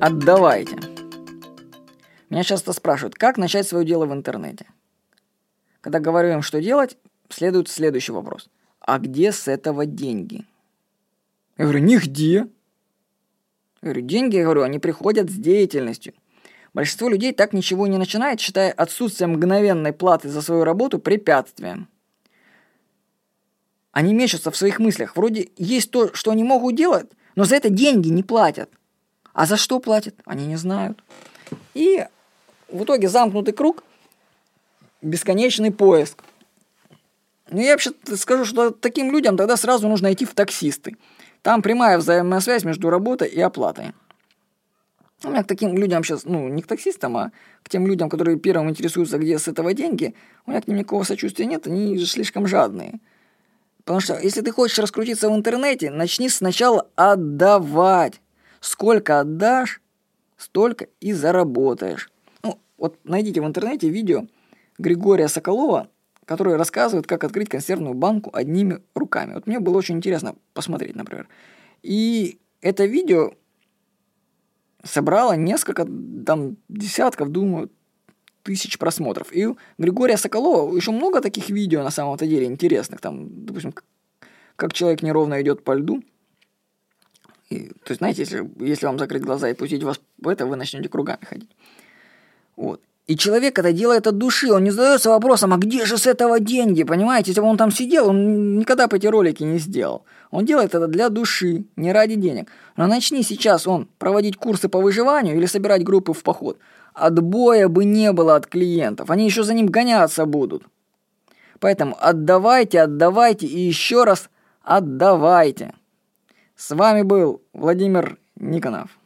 Отдавайте. Меня часто спрашивают, как начать свое дело в интернете. Когда говорю им, что делать, следует следующий вопрос. А где с этого деньги? Я говорю, нигде. Я говорю, деньги, они приходят с деятельностью. Большинство людей так ничего не начинает, считая отсутствие мгновенной платы за свою работу препятствием. Они мечутся в своих мыслях. Вроде есть то, что они могут делать, но за это деньги не платят. А за что платят? Они не знают. И в итоге замкнутый круг, бесконечный поиск. Ну, я вообще скажу, что таким людям тогда сразу нужно идти в таксисты. Там прямая взаимная связь между работой и оплатой. У меня к таким людям сейчас, не к таксистам, а к тем людям, которые первым интересуются, где с этого деньги, у меня к ним никакого сочувствия нет, они же слишком жадные. Потому что если ты хочешь раскрутиться в интернете, начни сначала отдавать. Сколько отдашь, столько и заработаешь. Вот найдите в интернете видео Григория Соколова, который рассказывает, как открыть консервную банку одними руками. Вот мне было очень интересно посмотреть, например. И это видео собрало несколько, десятков, думаю, тысяч просмотров. И у Григория Соколова еще много таких видео на самом-то деле интересных. Допустим, как человек неровно идет по льду. То есть, знаете, если вам закрыть глаза и пустить вас в это, вы начнете кругами ходить. Вот. И человек это делает от души, он не задается вопросом, а где же с этого деньги, понимаете? Если бы он там сидел, он никогда бы эти ролики не сделал. Он делает это для души, не ради денег. Но начни сейчас он проводить курсы по выживанию или собирать группы в поход. Отбоя бы не было от клиентов, они еще за ним гоняться будут. Поэтому отдавайте и еще раз отдавайте. С вами был Владимир Никонов.